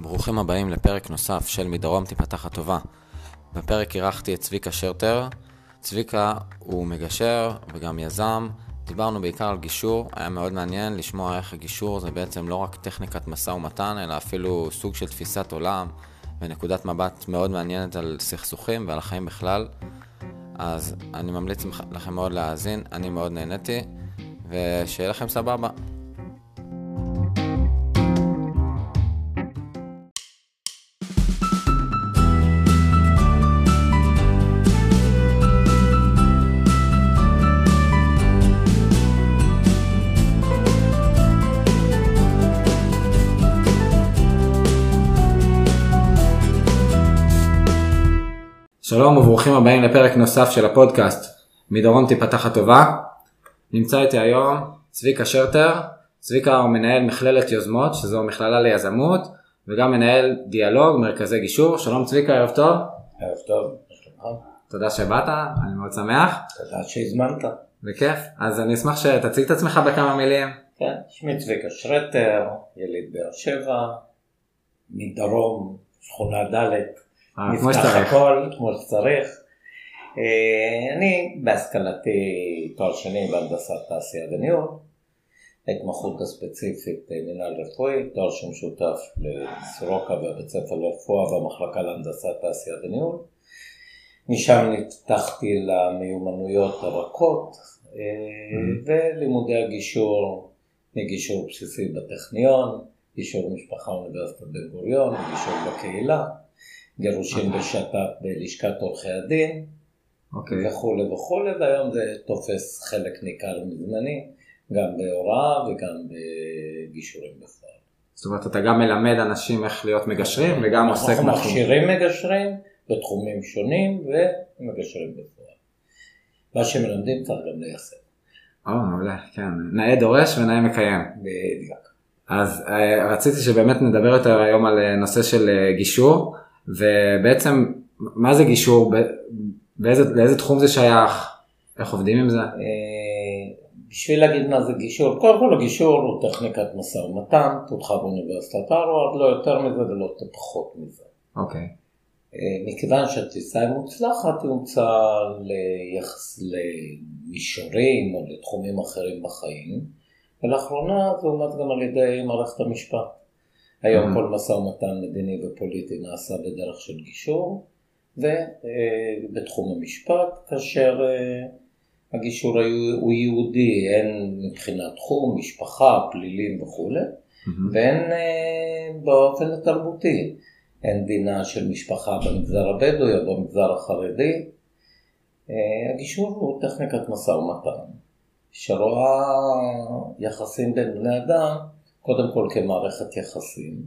ברוכים הבאים לפרק נוסף של מדרום תיפתח הטובה. בפרק אירחתי את צביקה שרטר. צביקה הוא מגשר וגם יזם. דיברנו בעיקר על גישור. היה מאוד מעניין לשמוע איך הגישור זה בעצם לא רק טכניקת משא ומתן, אלא אפילו סוג של תפיסת עולם ונקודת מבט מאוד מעניינת על סכסוכים ועל החיים בכלל. אז אני ממליץ לכם מאוד להאזין, אני מאוד נהניתי, ושיהיה לכם סבבה. שלום וברוכים הבאים לפרק נוסף של הפודקאסט מדרום תיפתח הטובה. נמצא איתי היום צביקה שרטר. צביקה הוא מנהל מכללת יוזמות, שזו מכללה ליזמות, וגם מנהל דיאלוג מרכזי גישור. שלום צביקה, ערב טוב. ערב טוב. תודה שבאת, אני מאוד שמח. תודה שהזמנת. בכיף. אז אני אשמח שתציג את עצמך בכמה מילים. כן, שמי צביקה שרטר, יליד באר שבע, מדרום, שכונה ד'. נפתח הכל כמו שצריך. אני בהשכלתי תואר שני בהנדסת תעשייה וניהול, ההתמחות הספציפית מנהל רפואי, תואר שמשותף לסורוקה ובית ספר לרפואה והמחלקה להנדסת תעשייה וניהול. משם נפתחתי למיומנויות הרכות ולימודי הגישור, מגישור בסיסי בטכניון, גישור משפחה אוניברסיטת בן גוריון, גישור בקהילה, גירושים בשת"פ בלשכת עורכי הדין, וכו' וכו', והיום זה תופס חלק ניכר מזמני, גם בהוראה וגם בגישורים בפועל. זאת אומרת, אתה גם מלמד אנשים איך להיות מגשרים וגם עוסק אנחנו מכשירים מגשרים בתחומים שונים ומגשרים בפועל. מה שמלמדים צריך גם ליישם. מעולה, כן. נאה דורש ונאה מקיים. בדיוק. אז רציתי שבאמת נדבר יותר היום על נושא של גישור, ובעצם מה זה גישור, לאיזה תחום זה שייך, איך עובדים עם זה? בשביל להגיד מה זה גישור, קודם כל הגישור הוא טכניקת משא ומתן, פותחה באוניברסיטת הרווארד, לא יותר מזה ולא פחות מזה. אוקיי. מכיוון שהתפיסה היא מוצלחת, היא הומצאה ליחס למישורים או לתחומים אחרים בחיים, ולאחרונה זה אומץ גם על ידי מערכת המשפט. היום כל משא ומתן מדיני ופוליטי נעשה בדרך של גישור, ובתחום המשפט, כאשר הגישור הוא יהודי, הן מבחינת תחום, משפחה, פלילים וכו', והן באופן התרבותי, הן דינה של משפחה במגזר הבדואי או במגזר החרדי. הגישור הוא טכניקת משא ומתן, שרואה יחסים בין בני אדם, קודם כל כמערכת יחסים,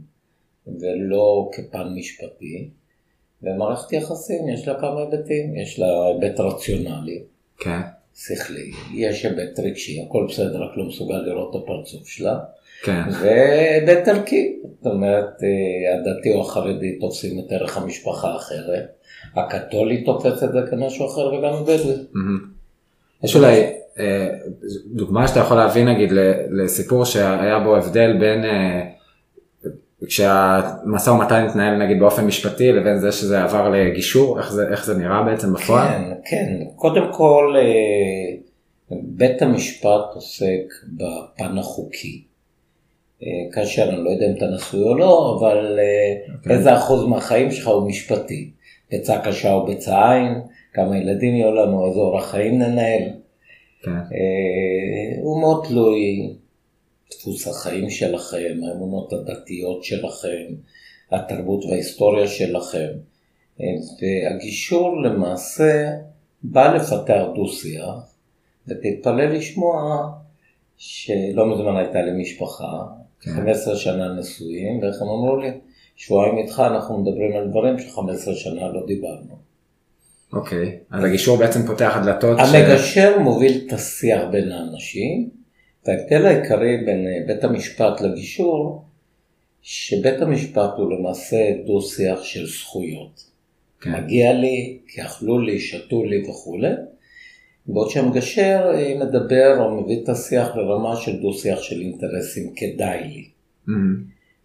ולא כפן משפטי. ומערכת יחסים יש לה כמה היבטים, יש לה היבט רציונלי, כן. שכלי, יש היבט רגשי, הכל בסדר, רק לא מסוגל לראות את הפרצוף שלה, כן. והיבט ערכי, זאת אומרת, הדתי או החרדי תופסים את ערך המשפחה אחרת, הקתולי תופס את זה כמשהו אחר וגם הבדואי. יש אולי דוגמה שאתה יכול להבין נגיד לסיפור שהיה בו הבדל בין כשהמשא ומתן מתנהל נגיד באופן משפטי לבין זה שזה עבר לגישור, איך זה נראה בעצם בפועל? כן, כן. קודם כל בית המשפט עוסק בפן החוקי. כאשר אני לא יודע אם אתה נשוי או לא, אבל איזה אחוז מהחיים שלך הוא משפטי. בצע קשה או בצע עין, כמה ילדים יהיו לנו, איזה אורח חיים ננהל. כן. הוא מאוד תלוי דפוס החיים שלכם, האמונות הדתיות שלכם, התרבות וההיסטוריה שלכם. והגישור למעשה בא לפתח דו-שיח, ותתפלא לשמוע שלא מזמן הייתה לי משפחה, 15 שנה נשואים, ואיך הם אמרו לי, שבועיים איתך אנחנו מדברים על דברים ש15 שנה לא דיברנו. אוקיי, אז הגישור בעצם פותח הדלתות. המגשר מוביל את השיח בין האנשים, וההבדל העיקרי בין בית המשפט לגישור, שבית המשפט הוא למעשה דו שיח של זכויות. כן. מגיע לי, כי אכלו לי, שתו לי וכו'. בעוד שהמגשר מדבר או מביא את השיח לרמה של דו שיח של אינטרסים, כדאי לי.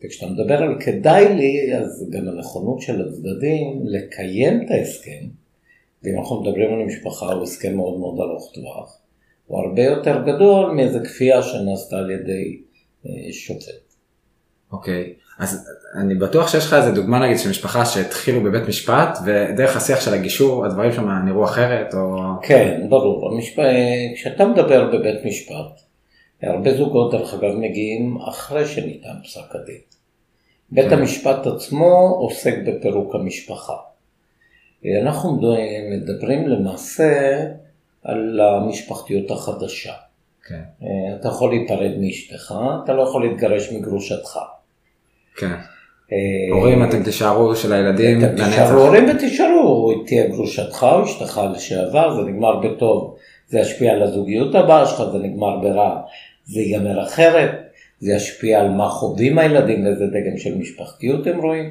וכשאתה מדבר על כדאי לי, אז גם הנכונות של הצדדים לקיים את ההסכם, ואם אנחנו מדברים על משפחה, הוא הסכם מאוד מאוד ארוך טווח, הוא הרבה יותר גדול מאיזו כפייה שנעשתה על ידי שופט. אוקיי, אז אני בטוח שיש לך איזה דוגמה נגיד של משפחה שהתחילו בבית משפט, ודרך השיח של הגישור, הדברים שם נראו אחרת או... כן, ברור. כשאתה מדבר בבית משפט, הרבה זוגות דרך אגב מגיעים אחרי שניתן פסק הדין. בית המשפט עצמו עוסק בפירוק המשפחה. אנחנו מדברים למעשה על המשפחתיות החדשה. כן. אתה יכול להיפרד מאשתך, אתה לא יכול להתגרש מגרושתך. כן. הורים אתם תישארו של הילדים. אתם תישארו הורים ותישארו, תהיה גרושתך או אשתך לשעבר, זה נגמר בטוב, זה ישפיע על הזוגיות הבאה שלך, זה נגמר ברע, זה ייגמר אחרת, זה ישפיע על מה חווים הילדים, איזה דגם של משפחתיות הם רואים.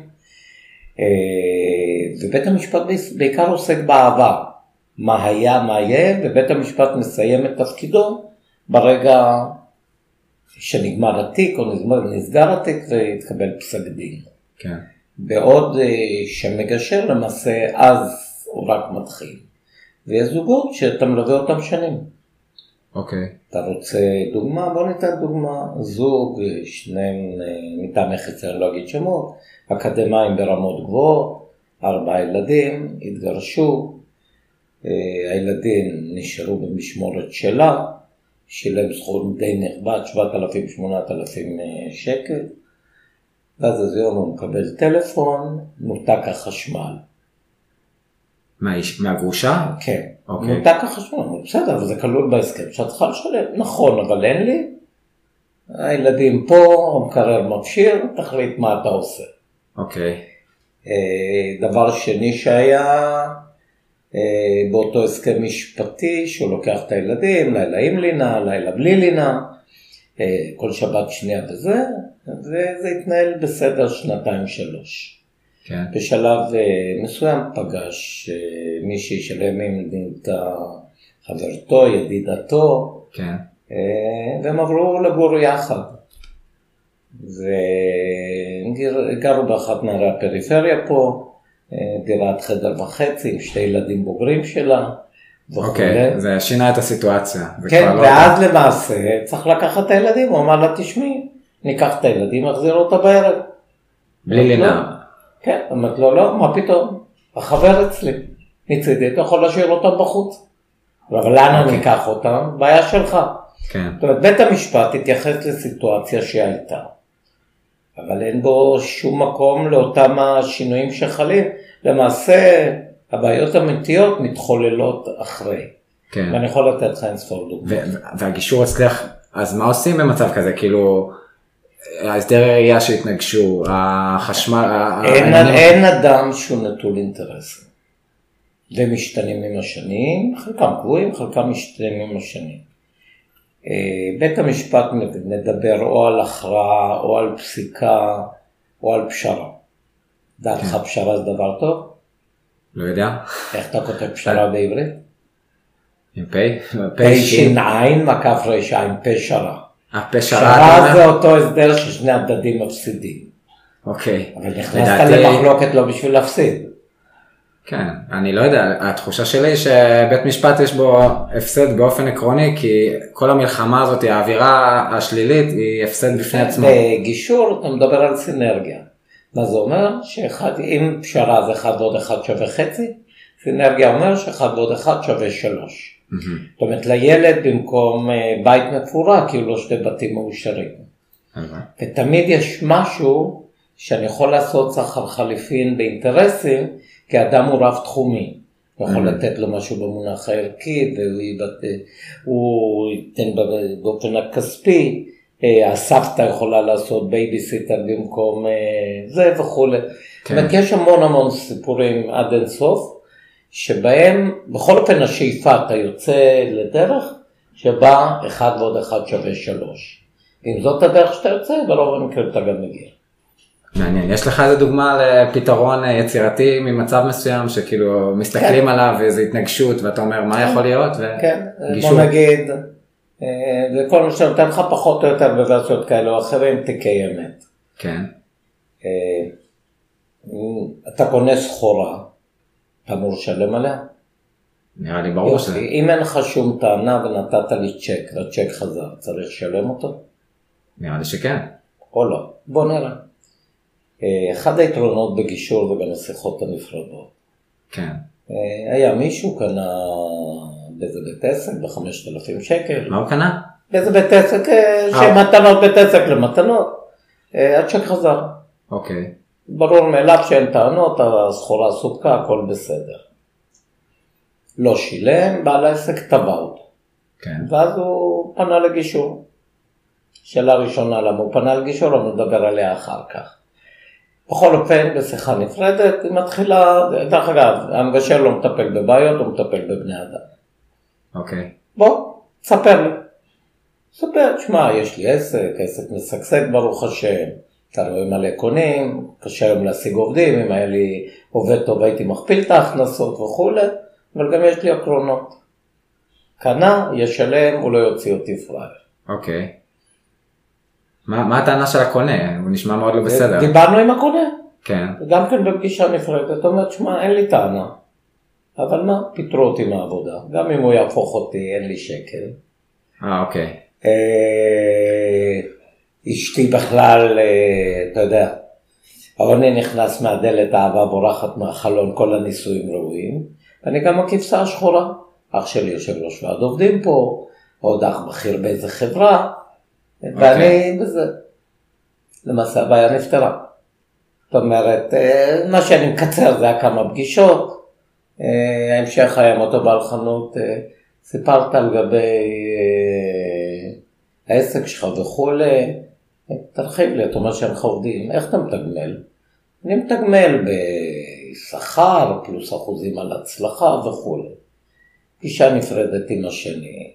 ובית המשפט בעיקר עוסק בעבר, מה היה, מה יהיה, ובית המשפט מסיים את תפקידו ברגע שנגמר התיק או נסגר התיק והתקבל פסק דין. כן. בעוד שמגשר למעשה אז הוא רק מתחיל. ויש זוגות שאתה מלווה אותם שנים. אוקיי. אתה רוצה דוגמה? בוא ניתן דוגמה. זוג, שניהם מטעמי חצי, אני לא אגיד שמות, אקדמיים ברמות גבוהות, 4 ילדים, התגרשו, הילדים נשארו במשמורת שלה, שילם סכום די נכבד, 7,000-8,000 שקל, ואז איזה יום הוא מקבל טלפון, נותק החשמל. מהגרושה? כן, אוקיי. נותק החשמל, בסדר, אבל זה כלול בהסכם, שאת צריכה לשלם, נכון, אבל אין לי, הילדים פה, המקרר מפשיר, תחליט מה אתה עושה. אוקיי. דבר שני שהיה, באותו הסכם משפטי, שהוא לוקח את הילדים, לילה עם לינה, לילה בלי לינה, כל שבת שנייה וזה התנהל בסדר 2-3. כן. בשלב מסוים פגש מישהי שלימים נהייתה חברתו, ידידתו, כן. והם עברו לגור יחד. וגרו באחת מערי הפריפריה פה, דירת חדר וחצי עם 2 ילדים בוגרים שלה. אוקיי, זה שינה את הסיטואציה. כן, ואז למעשה צריך לקחת את הילדים, הוא אמר לה תשמעי, ניקח את הילדים, נחזיר אותה בערב. בלי לינה. כן, אמרת לו לא, מה פתאום, החבר אצלי, מצידי, אתה יכול להשאיר אותם בחוץ. אבל לאן אני אקח אותם? בעיה שלך. כן. זאת אומרת, בית המשפט התייחס לסיטואציה שהייתה. אבל אין בו שום מקום לאותם השינויים שחלים. למעשה, הבעיות האמיתיות מתחוללות אחרי. כן. ואני יכול לתת לך אינספור דוגמא. והגישור אצלך, אז מה עושים במצב כזה? כאילו, ההסדר הראייה שהתנגשו, החשמל... אין אדם שהוא נטול אינטרסים. ומשתנים עם השנים, חלקם קבועים, חלקם משתנים עם השנים. בית המשפט מדבר או על הכרעה, או על פסיקה, או על פשרה. דעתך פשרה זה דבר טוב? לא יודע. איך אתה כותב פשרה בעברית? עם פי? פי שיניים, מקף רשעים, פשרה. פשרה. פשרה זה אותו הסדר ששני הצדדים מפסידים. אוקיי. אבל נכנסת למחלוקת לא בשביל להפסיד. כן, אני לא יודע, התחושה שלי שבית משפט יש בו הפסד באופן עקרוני, כי כל המלחמה הזאת, האווירה השלילית, היא הפסד בפני עצמו. בגישור אתה מדבר על סינרגיה. מה זה אומר? אם פשרה זה 1 ועוד 1 שווה חצי, סינרגיה אומר ש1 ועוד 1 שווה 3. זאת אומרת, לילד במקום בית מפורק, כאילו לו 2 בתים מאושרים. ותמיד יש משהו שאני יכול לעשות סחר חליפין באינטרסים, כי האדם הוא רב תחומי. הוא יכול לתת לו משהו במונח הערכי, והוא ייתן באופן הכספי, הסבתא יכולה לעשות בייביסיטר במקום זה וכו'. זאת אומרת, יש המון סיפורים עד אין סוף, שבהם בכל אופן השאיפה אתה יוצא לדרך, שבה 1 ועוד 1 שווה 3. אם זאת הדרך שאתה יוצא, ברוב המקרים אתה גם מגיע. מעניין, יש לך איזה דוגמה לפתרון יצירתי ממצב מסוים שכאילו מסתכלים עליו ואיזו התנגשות ואתה אומר מה יכול להיות? כן, בוא נגיד, וכל מה שנותן לך פחות או יותר בוורסיות כאלה או אחרים תיקי אמת. כן. אתה קונה סחורה, אתה אמור לשלם עליה? נראה לי ברור שזה. אם אין לך שום טענה ונתת לי צ'ק, והצ'ק חזר, צריך לשלם אותו? נראה לי שכן. או לא, בוא נראה. אחד היתרונות בגישור זה גם השיחות הנפרדות. כן. היה מישהו קנה באיזה בית עסק ב5,000 שקל. מה הוא קנה? באיזה בית עסק, שמתנות בית עסק למתנות. הצ'ק חזר. אוקיי. ברור מאליו שאין טענות, הסחורה סופקה, הכל בסדר. לא שילם, בעל העסק טבע אותו. כן. ואז הוא פנה לגישור. שאלה ראשונה, למה הוא פנה לגישור, אני מדבר עליה אחר כך. בכל אופן, בשיחה נפרדת, היא מתחילה, דרך אגב, המגשר לא מטפל בבעיות, הוא מטפל בבני אדם. אוקיי. בוא, ספר לי. ספר, שמע, יש לי עסק, עסק משגשג ברוך השם, אתה רואה מלא קונים, קשה היום להשיג עובדים, אם היה לי עובד טוב הייתי מכפיל את ההכנסות וכו', אבל גם יש לי עקרונות. קנה, ישלם, הוא לא יוציא אותי פראייר. אוקיי. מה הטענה של הקונה? הוא נשמע מאוד לא בסדר. דיברנו עם הקונה. כן. גם כן בפגישה נפרדת, אתה אומר, שמע, אין לי טענה. אבל מה? פיטרו אותי מהעבודה. גם אם הוא יהפוך אותי, אין לי שקל. אוקיי. אשתי בכלל, אתה יודע, העוני נכנס מהדלת, האהבה בורחת מהחלון, כל הניסויים ראויים. ואני גם הכבשה השחורה. אח שלי יושב ראש ועד עובדים פה, עוד אח בכיר באיזה חברה. ואני בזה, למעשה הבעיה נפתרה. זאת אומרת, מה שאני מקצר זה היה כמה פגישות, ההמשך היה מותו בעל חנות, סיפרת על גבי העסק שלך וכו', תרחיב לי, אתה אומר שאינך עובדים, איך אתה מתגמל? אני מתגמל בשכר, פלוס אחוזים על הצלחה וכו'. פגישה נפרדת עם השני.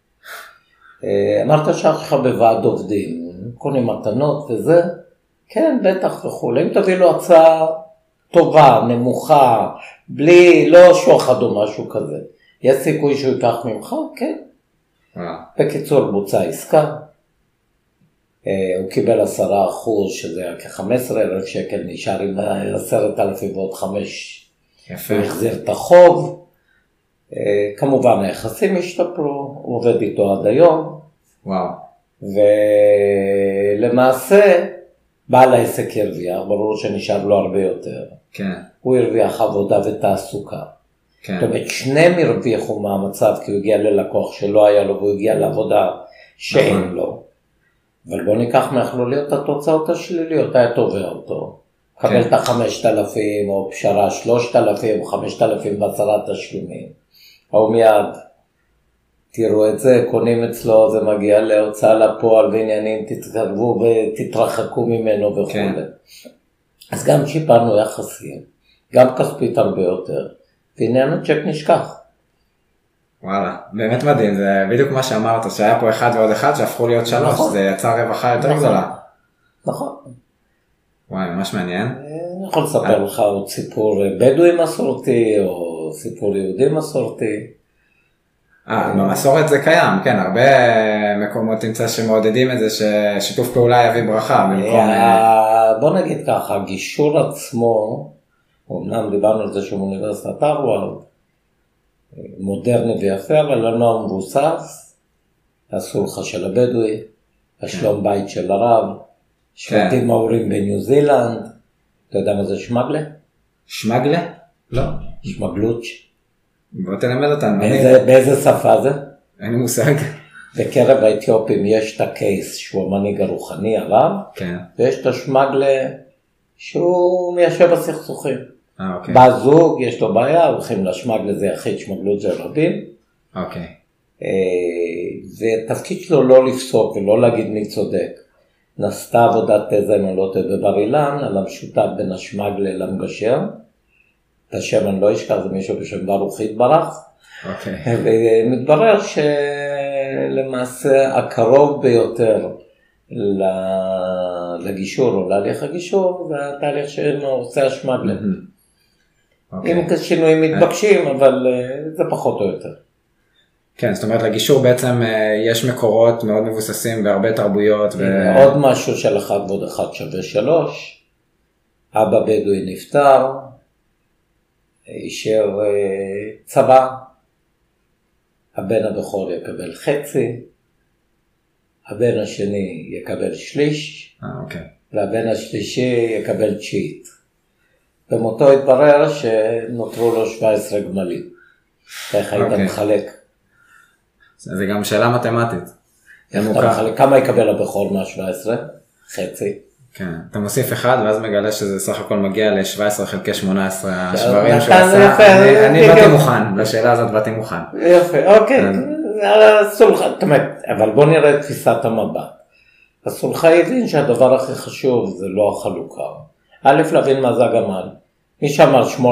אמרת שאח שלך בוועד עובדים, קונים מתנות וזה, כן, בטח וכו'. אם תביא לו הצעה טובה, נמוכה, בלי, לא שוחד או משהו כזה, יש סיכוי שהוא ייקח ממך? כן. בקיצור, בוצע עסקה, הוא קיבל 10%, שזה היה כ-15,000 שקל, נשאר עם 10,000 ועוד 5, הוא החזיר את החוב, כמובן היחסים השתפרו, הוא עובד איתו עד היום. וואו. ולמעשה, בעל העסק הרוויח, ברור שנשאר לו הרבה יותר. כן. הוא הרוויח עבודה ותעסוקה. כן. זאת אומרת, שניהם הרוויחו מהמצב, כי הוא הגיע ללקוח שלא היה לו, והוא הגיע לעבודה שאין לו. אבל בוא ניקח מאכלו להיות התוצאות השליליות, היה תובע אותו. קבל את 5,000 או פשרה 3,000 או 5,000 בעשרה תשלומים. או מיד, תראו את זה, קונים אצלו, זה מגיע להוצאה לפועל ועניינים, תתקרבו ותתרחקו ממנו וכו'. כן. אז גם שיפרנו יחסים, גם כספית הרבה יותר, ועניין הצ'ק נשכח. וואלה, באמת מדהים, זה בדיוק מה שאמרת, שהיה פה אחד ועוד אחד שהפכו להיות 3, נכון. זה יצר רווחה יותר נכון. גדולה. נכון. וואי, ממש מעניין. אני יכול לספר לך עוד סיפור בדואי מסורתי, או סיפור יהודי מסורתי. במסורת זה קיים, כן, הרבה מקומות תמצא שמעודדים את זה, ששיתוף פעולה יביא ברכה. בוא נגיד ככה, הגישור עצמו, אמנם דיברנו על זה שהוא אוניברסיטת הרווארד, מודרני ויפה, אבל לא מבוסס, הסולחה של הבדואי, השלום בית של הרב, שבטים מאורים בניו זילנד, אתה יודע מה זה שמגלה? שמגלה? לא. שמגלוץ'. בוא תלמד אותנו. באיזה שפה זה? אין לי מושג. בקרב האתיופים יש את הקייס שהוא המנהיג הרוחני הרב, כן. ויש את השמגלה שהוא מיישב בסכסוכים. אוקיי. בזוג יש לו בעיה, הולכים לשמגלה זה יחיד, שמגלות זה רבים. אוקיי. ותפקיד שלו לא לפסוק ולא להגיד מי צודק. נעשתה עבודת תזה נולדת בבר אילן על המשותף בין השמגלה למגשר. את השם אני לא אשכח, זה מישהו בשם ברוך יתברך. אוקיי. ומתברר שלמעשה הקרוב ביותר לגישור או להליך הגישור זה התהליך שעושה השמגלה. עם שינויים מתבקשים, אבל זה פחות או יותר. כן, זאת אומרת לגישור בעצם יש מקורות מאוד מבוססים בהרבה תרבויות. עוד משהו של 1 ועוד 1 שווה 3. אבא בדואי נפטר, אישר צבא, הבן הבכור יקבל חצי, הבן השני יקבל שליש, אוקיי. והבן השלישי יקבל תשיעית. במותו התברר שנותרו לו 17 גמלים. איך היית מחלק? זה גם שאלה מתמטית. כמה יקבל הבכור מה-17? חצי. כן, אתה מוסיף אחד ואז מגלה שזה סך הכל מגיע ל-17 חלקי 18 השברים שהוא עשה. אני באתי מוכן, לשאלה הזאת באתי מוכן. יפה, אוקיי. אבל בוא נראה את תפיסת המבט. הסולחה הבין שהדבר הכי חשוב זה לא החלוקה. א', להבין מה זה הגמל. מי שאמר 8.5,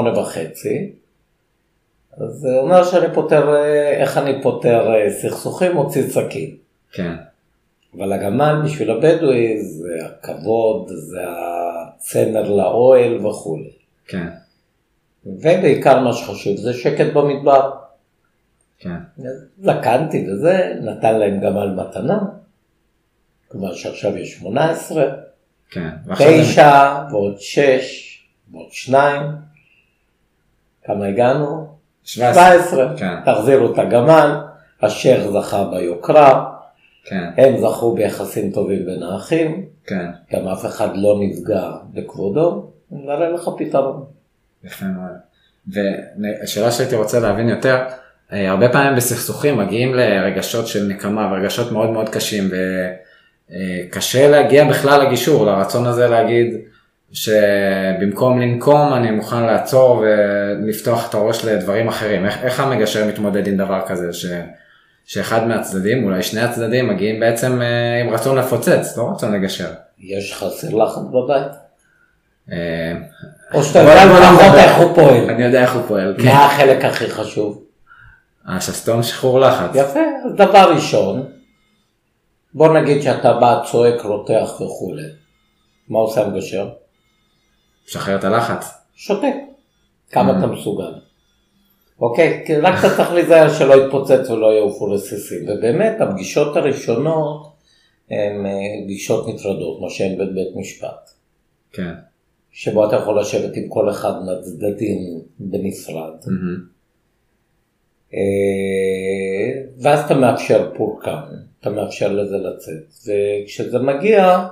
אז זה אומר שאני פותר, איך אני פותר סכסוכים, מוציא סכין. כן. אבל הגמל בשביל הבדואי זה הכבוד, זה הצמר לאוהל וכו'. כן. ובעיקר מה שחשוב זה שקט במדבר. כן. זקנתי וזה, נתן להם גמל מתנה, כלומר שעכשיו יש 18, כן. 9 ועוד 6 ועוד 2, כמה הגענו? 17. כן. תחזירו את הגמל, השייך זכה ביוקרה, כן. הם זכו ביחסים טובים בין האחים, כן. גם אף אחד לא נפגע בכבודו, נראה לך פתרון. יפה מאוד. והשאלה שהייתי רוצה להבין יותר, הרבה פעמים בסכסוכים מגיעים לרגשות של נקמה ורגשות מאוד מאוד קשים, וקשה להגיע בכלל לגישור, לרצון הזה להגיד שבמקום לנקום אני מוכן לעצור ולפתוח את הראש לדברים אחרים. איך המגשר מתמודד עם דבר כזה שאחד מהצדדים, אולי שני הצדדים, מגיעים בעצם עם רצון לפוצץ, לא רצון לגשר? יש לך סיר לחץ בבית? או שאתה יודע לפחות איך הוא פועל. אני יודע איך הוא פועל. מה החלק הכי חשוב? השסתום שחרור לחץ. יפה, אז דבר ראשון, בוא נגיד שאתה בא, צועק, רותח וכו'. מה עושה המגשר? שחרר את הלחץ. שותק. כמה אתה מסוגל. אוקיי? כי רק אתה צריך להיזהר שלא יתפוצץ ולא יעופו רסיסים. ובאמת, הפגישות הראשונות הן פגישות נפרדות, מה שהן בבית משפט. כן. שבו אתה יכול לשבת עם כל אחד מהצדדים בנפרד. ואז אתה מאפשר פורקן, אתה מאפשר לזה לצאת. וכשזה מגיע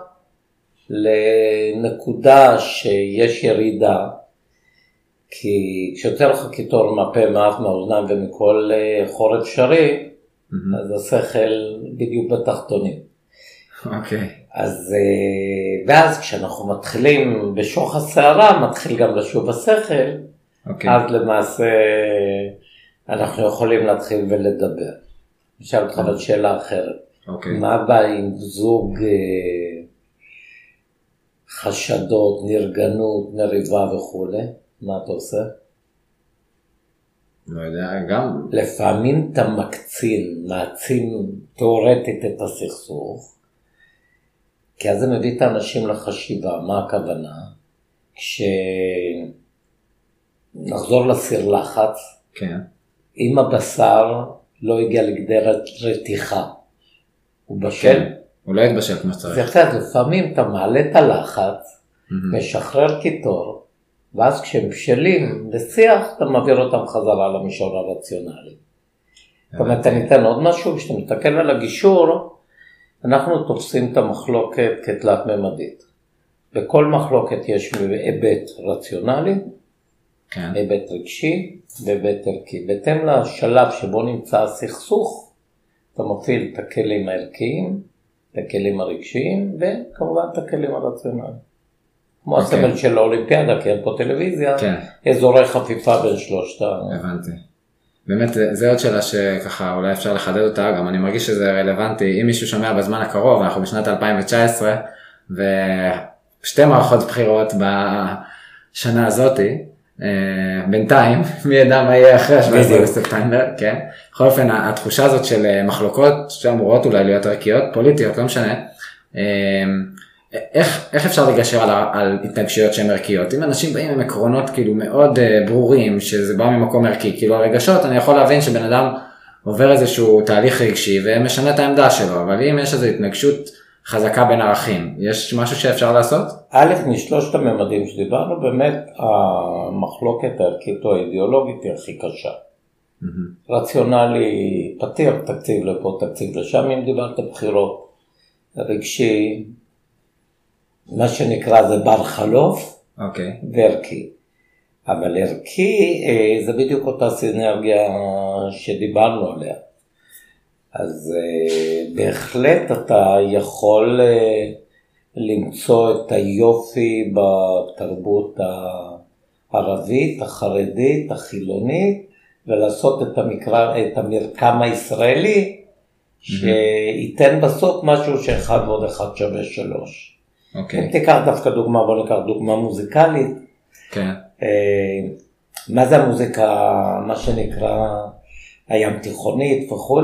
לנקודה שיש ירידה, כי כשיוצא לך קיטור מהפה, מאף, מהאוזניים ומכל חור אפשרי, אז השכל בדיוק בתחתונים. אוקיי. אז, ואז כשאנחנו מתחילים בשוך הסערה, מתחיל גם לשוב השכל, אז למעשה אנחנו יכולים להתחיל ולדבר. נשאל אותך על שאלה אחרת. מה בא עם זוג חשדות, נרגנות, מריבה וכו'? מה אתה עושה? לא יודע, גם... לפעמים אתה מעצים תיאורטית את הסכסוך, כי אז זה מביא את האנשים לחשיבה. מה הכוונה? כשנחזור לסיר לחץ, כן. אם הבשר לא הגיע לגדר רתיחה, הוא בשל? כן. הוא לא יתבשל כמו שצריך. זה יפה, לפעמים אתה מעלה את הלחץ, משחרר קיטור, ואז כשהם בשלים לשיח, אתה מעביר אותם חזרה למישור הרציונלי. זאת אומרת, אתה ניתן עוד משהו, כשאתה מתקל על הגישור, אנחנו תופסים את המחלוקת כתלת ממדית. בכל מחלוקת יש היבט רציונלי, כן. היבט רגשי והיבט ערכי. בהתאם לשלב שבו נמצא הסכסוך, אתה מפעיל את הכלים הערכיים, את הכלים הרגשיים, וכמובן את הכלים הרציונליים. כמו הסמל של האולימפיאדה, כי אין פה טלוויזיה, אזורי חפיפה בין שלושת. הבנתי. באמת, זה עוד שאלה שככה אולי אפשר לחדד אותה, גם אני מרגיש שזה רלוונטי. אם מישהו שומע בזמן הקרוב, אנחנו בשנת 2019, ושתי מערכות בחירות בשנה הזאת, בינתיים, מי ידע מה יהיה אחרי 17 בספטמבר, כן? בכל אופן, התחושה הזאת של מחלוקות, שאמורות אולי להיות ערכיות, פוליטיות, לא משנה, איך אפשר לגשר על התנגשויות שהן ערכיות? אם אנשים באים עם עקרונות כאילו מאוד ברורים, שזה בא ממקום ערכי, כאילו הרגשות, אני יכול להבין שבן אדם עובר איזשהו תהליך רגשי ומשנה את העמדה שלו, אבל אם יש איזו התנגשות חזקה בין ערכים. יש משהו שאפשר לעשות? א', משלושת הממדים שדיברנו, באמת המחלוקת הערכית או האידיאולוגית היא הכי קשה. רציונלי פתיר, תקציב לפה, תקציב לשם, אם דיברת בחירות. רגשי, מה שנקרא זה בר חלוף, וערכי. אבל ערכי זה בדיוק אותה סינרגיה שדיברנו עליה. אז בהחלט אתה יכול למצוא את היופי בתרבות הערבית, החרדית, החילונית, ולעשות את המרקם הישראלי, שייתן בסוף משהו שאחד ועוד אחד שווה 3. אם תיקח דווקא דוגמה, בוא ניקח דוגמה מוזיקלית. מה זה המוזיקה, מה שנקרא הים תיכונית וכו'?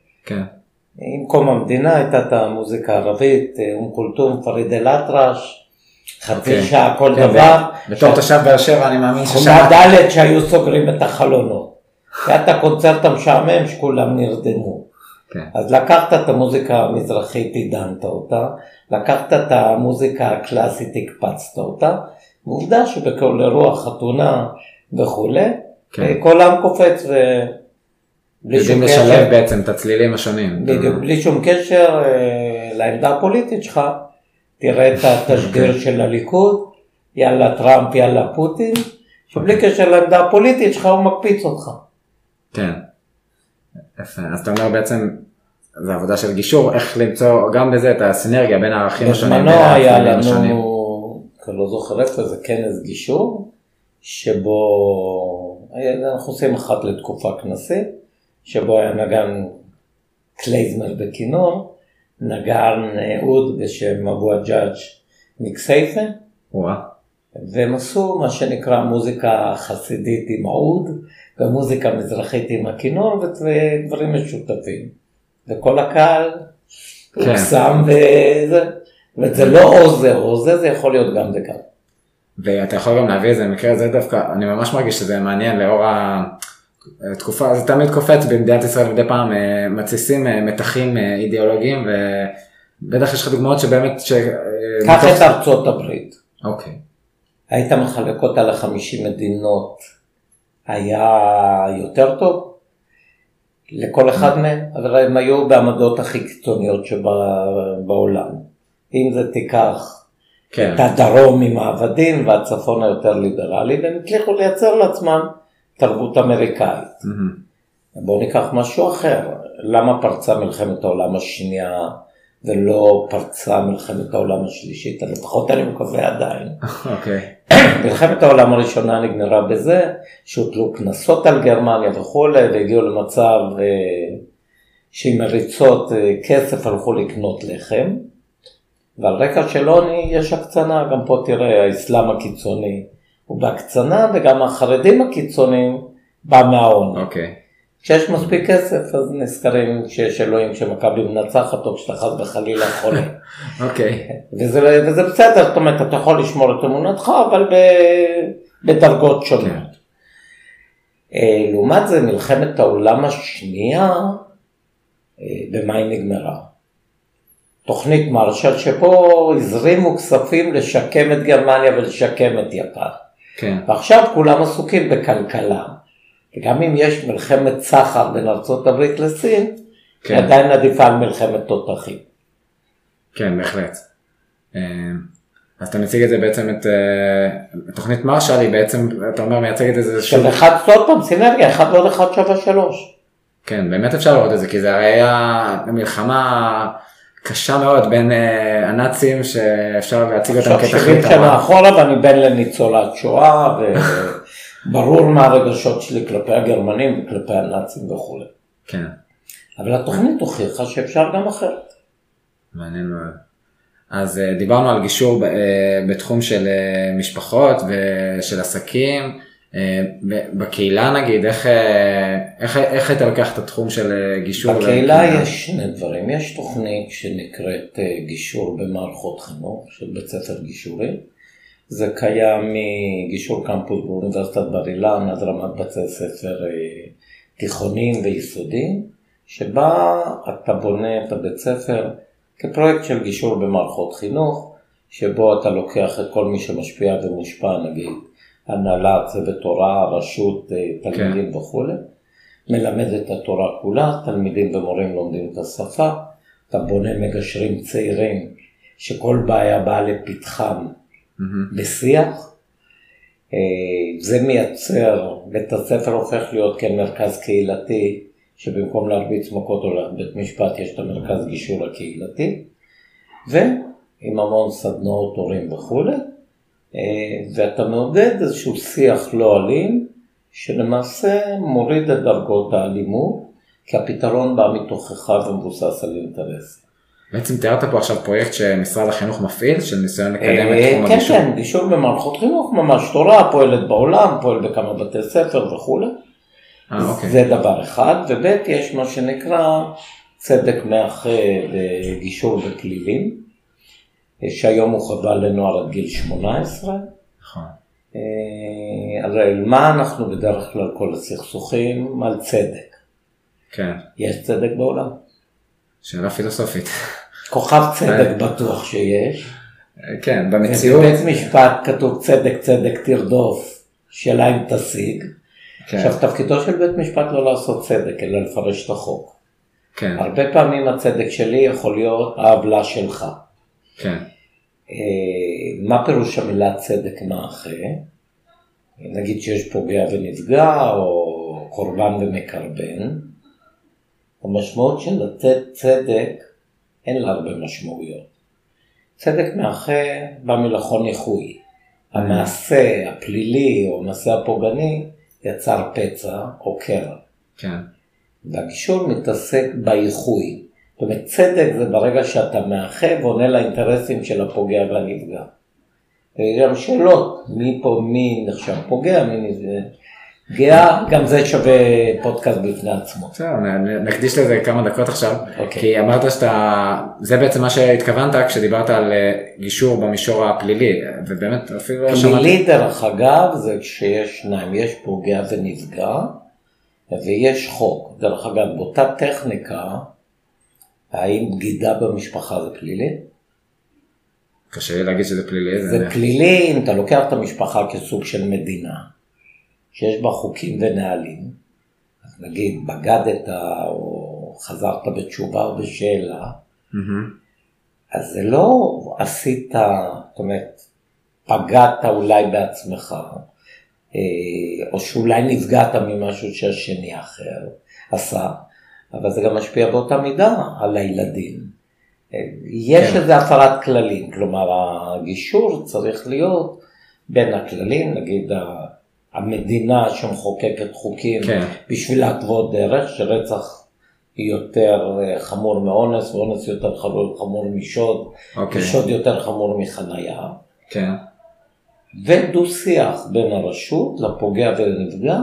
עם קום המדינה הייתה את המוזיקה הערבית, כולתום, פריד אל-אטרש, חצי שעה כל דבר. בתור תושב באר שבע אני מאמין ששמעתי. ד' שהיו סוגרים את החלונות. ואת הקונצרט המשעמם שכולם נרדמו. אז לקחת את המוזיקה המזרחית, עידנת אותה, לקחת את המוזיקה הקלאסית, הקפצת אותה, ועובדה שבכל אירוע חתונה וכו', כל העם קופץ יודעים לשלב בעצם את הצלילים השונים. בדיוק, בלי שום קשר לעמדה הפוליטית שלך, תראה את התשדיר של הליכוד, יאללה טראמפ, יאללה פוטין, שבלי קשר לעמדה הפוליטית שלך הוא מקפיץ אותך. כן, יפה. אז אתה אומר בעצם, זה עבודה של גישור, איך למצוא גם בזה את הסינרגיה בין הערכים השונים. בזמנו היה לנו, אני לא זוכר איפה, זה כנס גישור, שבו אנחנו עושים אחת לתקופה כנסית, שבו היה נגן קלייזמר בכינור, נגן אוד בשם אבו הג'אג' מכסייפה, והם עשו מה שנקרא מוזיקה חסידית עם האוד, ומוזיקה מזרחית עם הכינור, ודברים משותפים. וכל הקהל הוקסם וזה, וזה לא או זה, זה יכול להיות גם וגם. ואתה יכול גם להביא איזה מקרה, זה דווקא, אני ממש מרגיש שזה מעניין לאור התקופה, זה תמיד קופץ במדינת ישראל, מדי פעם מתסיסים מתחים אידיאולוגיים, ובטח יש לך דוגמאות שבאמת... קח את ארצות הברית. אוקיי. היית מחלק אותה ל50 מדינות, היה יותר טוב לכל אחד מהם, אבל הם היו בעמדות הכי קיצוניות שבעולם. אם זה תיקח את הדרום עם העבדים והצפון היותר ליברלי, והם הצליחו לייצר לעצמם תרבות אמריקאית. בואו ניקח משהו אחר. למה פרצה מלחמת העולם השנייה ולא פרצה מלחמת העולם השלישית? לפחות אני מקווה עדיין. מלחמת העולם הראשונה נגמרה בזה שהוטלו כנסות על גרמניה וכו', והגיעו למצב שעם מריצות כסף הלכו לקנות לחם, ועל רקע של עוני יש הקצנה. גם פה תראה, האסלאם הקיצוני הוא בהקצנה, וגם החרדים הקיצוניים בא מהעוני. כשיש מספיק כסף, אז נזכרים שיש אלוהים שמכבי מנצחת, או כשאתה חס וחלילה חולה. וזה בסדר, זאת אומרת, אתה יכול לשמור את אמונתך, אבל בדרגות שונות. לעומת זה, מלחמת העולם השנייה, במה היא נגמרה? תוכנית מרשל, שפה הזרימו כספים לשקם את גרמניה ולשקם את יפן. ועכשיו כולם עסוקים בכלכלה. וגם אם יש מלחמת סחר בין ארצות הברית לסין, עדיין עדיפה על מלחמת תותחים. כן, בהחלט. אז אתה מציג את זה בעצם, את תוכנית מרשל, היא בעצם, אתה אומר, מייצגת את זה של אחד, עוד פעם, סינרגיה, אחד ועוד אחד שווה 3. כן, באמת אפשר לראות את זה, כי זה הרי היה מלחמה קשה מאוד בין הנאצים, שאפשר להציג אותם כתכלית. עכשיו 70 שנה אחורה, ואני בן לניצולת שואה, ברור מה הרגשות שלי כלפי הגרמנים וכלפי הנאצים וכו'. כן. אבל התוכנית הוכיחה שאפשר גם אחרת. מעניין מאוד. אז דיברנו על גישור בתחום של משפחות ושל עסקים. בקהילה נגיד, איך אתה לוקח את התחום של גישור? בקהילה יש שני דברים. יש תוכנית שנקראת גישור במערכות חינוך, של בית ספר גישורי. זה קיים מגישור קמפוס באוניברסיטת בר אילן עד רמת בתי ספר תיכוניים ויסודיים, שבה אתה בונה את הבית ספר כפרויקט של גישור במערכות חינוך, שבו אתה לוקח את כל מי שמשפיע ומושפע, נגיד, הנהלה, צוות הוראה, רשות, תלמידים וכו', מלמד את התורה כולה, תלמידים ומורים לומדים את השפה, אתה בונה מגשרים צעירים, שכל בעיה באה לפתחם בשיח, זה מייצר, בית הספר הופך להיות כמרכז קהילתי, שבמקום להרביץ מכות או לבית משפט יש את המרכז גישור הקהילתי, ועם המון סדנאות הורים וכו', ואתה מעודד איזשהו שיח לא אלים, שלמעשה מוריד את דרגות האלימות, כי הפתרון בא מתוכך ומבוסס על אינטרס. בעצם תיארת פה עכשיו פרויקט שמשרד החינוך מפעיל, של ניסיון לקדם את תחום הגישור. כן, גישור במערכות חינוך, ממש תורה, פועלת בעולם, פועל בכמה בתי ספר וכו'. זה דבר אחד, וב' יש מה שנקרא צדק מאחה בגישור בפלילים, שהיום הוא חובה לנוער עד גיל 18. נכון. הרי מה אנחנו בדרך כלל כל הסכסוכים? על צדק. כן. יש צדק בעולם? שאלה פילוסופית. כוכב צדק בטוח שיש. כן, במציאות. בבית משפט כתוב צדק צדק תרדוף, שאלה אם תשיג. עכשיו תפקידו של בית משפט לא לעשות צדק, אלא לפרש את החוק. כן. הרבה פעמים הצדק שלי יכול להיות העוולה שלך. כן. מה פירוש המילה צדק מאחה? נגיד שיש פוגע ונפגע, או קורבן ומקרבן. המשמעות של לתת צדק, אין לה הרבה משמעויות. צדק מאחה בא מלשון איחוי. המעשה הפלילי או המעשה הפוגעני יצר פצע או קרע. כן. והגישור מתעסק באיחוי. זאת אומרת, צדק זה ברגע שאתה מאחה ועונה לאינטרסים של הפוגע והנפגע. גם שאלות, מי נחשב פוגע, מי נפגע, גם זה שווה פודקאסט בפני עצמו. בסדר, נקדיש לזה כמה דקות עכשיו, כי אמרת זה בעצם מה שהתכוונת כשדיברת על גישור במישור הפלילי, ובאמת אפילו לא שמעתי. פלילי דרך אגב זה כשיש שניים, יש פוגע ונפגע, ויש חוק. דרך אגב, באותה טכניקה, האם בגידה במשפחה זה פלילי? קשה לי להגיד שזה פלילי. זה פלילי אם אתה לוקח את המשפחה כסוג של מדינה, שיש בה חוקים ונהלים, אז נגיד בגדת או חזרת בתשובה או בשאלה, אז זה לא עשית, זאת אומרת, פגעת אולי בעצמך, או שאולי נפגעת ממשהו שהשני אחר עשה, אבל זה גם משפיע באותה מידה על הילדים. יש איזו הפרת כללים, כלומר הגישור צריך להיות בין הכללים, נגיד המדינה שמחוקקת חוקים בשביל להתוות דרך, שרצח היא יותר חמור מאונס, ואונס יותר חמור משוד, ושוד יותר חמור מחנייה. כן. ודו שיח בין הרשות לפוגע ולנפגע,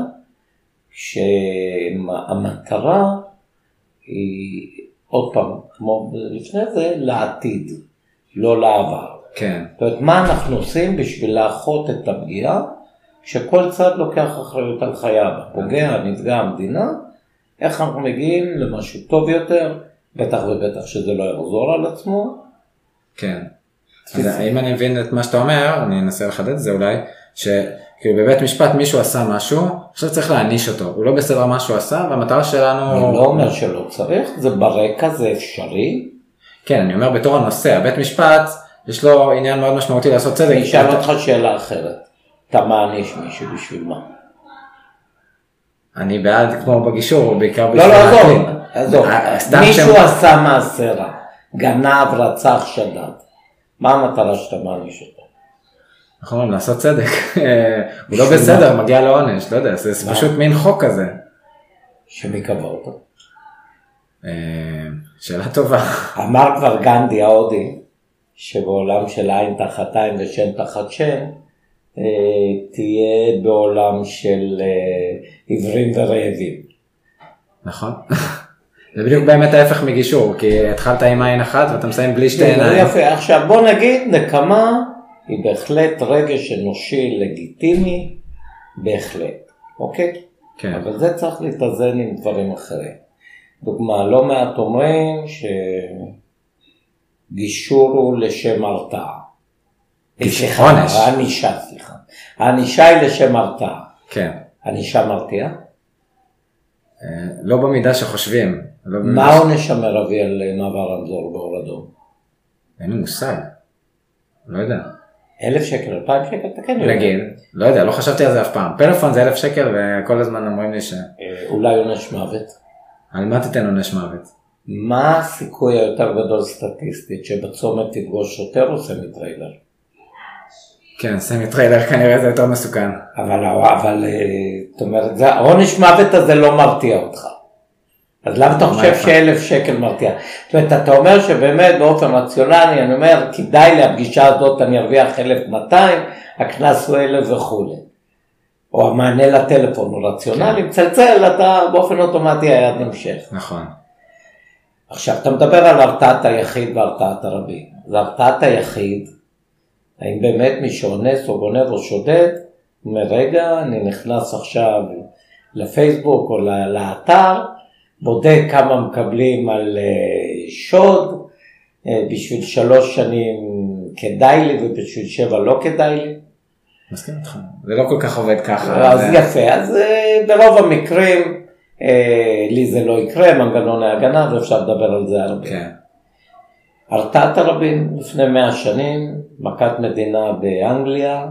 שהמטרה היא, עוד פעם, כמו לפני זה, לעתיד, לא לעבר. כן. זאת אומרת, מה אנחנו עושים בשביל לאחות את הפגיעה, כשכל צד לוקח אחריות על חייו, הפוגע, נפגע המדינה, איך אנחנו מגיעים למשהו טוב יותר, בטח ובטח שזה לא יחזור על עצמו. כן. אז אם אני מבין את מה שאתה אומר, אני אנסה לחדד את זה אולי, שכאילו בבית משפט מישהו עשה משהו, עכשיו צריך להעניש אותו, הוא לא בסדר מה שהוא עשה, והמטרה שלנו... אני לא אומר שלא צריך, זה ברקע, זה אפשרי. כן, אני אומר בתור הנושא, הבית משפט, יש לו עניין מאוד משמעותי לעשות צדק. אני אשאל אותך שאלה אחרת, אתה מעניש מישהו בשביל מה? אני בעד כמו בגישור, בעיקר... לא, עזוב, מישהו עשה מעשה רע, גנב, רצח, שדד. מה המטרה שאתה מעניש אותו? אנחנו אומרים, לעשות צדק. הוא לא בסדר, מגיע לעונש, לא יודע, זה פשוט מין חוק כזה. שמי קבע אותו? שאלה טובה. אמר כבר גנדי ההודי, שבעולם של עין תחת עין ושן תחת שן, תהיה בעולם של עיוורים ורעבים. נכון. זה בדיוק באמת ההפך מגישור, כי התחלת עם עין אחת ואתה מסיים בלי שתי עיניים. יפה, עכשיו בוא נגיד, נקמה היא בהחלט רגש אנושי לגיטימי, בהחלט, אוקיי? כן. אבל זה צריך להתאזן עם דברים אחרים. דוגמה, לא מעט אומרים גישור הוא לשם הרתעה. עונש. הענישה, סליחה. הענישה היא לשם הרתעה. כן. ענישה מרתיעה? לא במידה שחושבים. מה העונש המרבי על מעבר רמזור באור אדום? אין לי מושג. לא יודע. 1,000 שקל, 2,000 שקל, אתה כן יודע. נגיד, לא יודע, לא חשבתי על זה אף פעם. פלאפון זה 1,000 שקל וכל הזמן אומרים לי אולי עונש מוות. על מה תיתן עונש מוות? מה הסיכוי היותר גדול סטטיסטית שבצומת תפגוש שוטר או סמי-טריילר? כן, סמי-טריילר כנראה זה יותר מסוכן. אבל, זאת אומרת, העונש מוות הזה לא מרתיע אותך. אז למה אתה חושב ש1,000 שקל מרתיע? זאת אומרת, אתה אומר שבאמת באופן רציונלי, אני אומר, כדאי להפגישה הזאת, אני ארוויח 1,200, הכנס הוא 1,000 וכו'. או המענה לטלפון הוא רציונלי, מצלצל, אתה באופן אוטומטי היד נמשך. נכון. עכשיו, אתה מדבר על הרתעת היחיד והרתעת הרבים. אז הרתעת היחיד, האם באמת מי שאונס או גונב או שודד, מרגע אני נכנס עכשיו לפייסבוק או לאתר, בודק כמה מקבלים על שוד, בשביל 3 שנים כדאי לי ובשביל 7 לא כדאי לי. מסכים איתך, זה לא כל כך עובד ככה. אז יפה, אז ברוב המקרים לי זה לא יקרה, מנגנון ההגנה, ואפשר לדבר על זה הרבה. כן. הרתעת הרבים לפני 100 שנים, מכת מדינה באנגליה,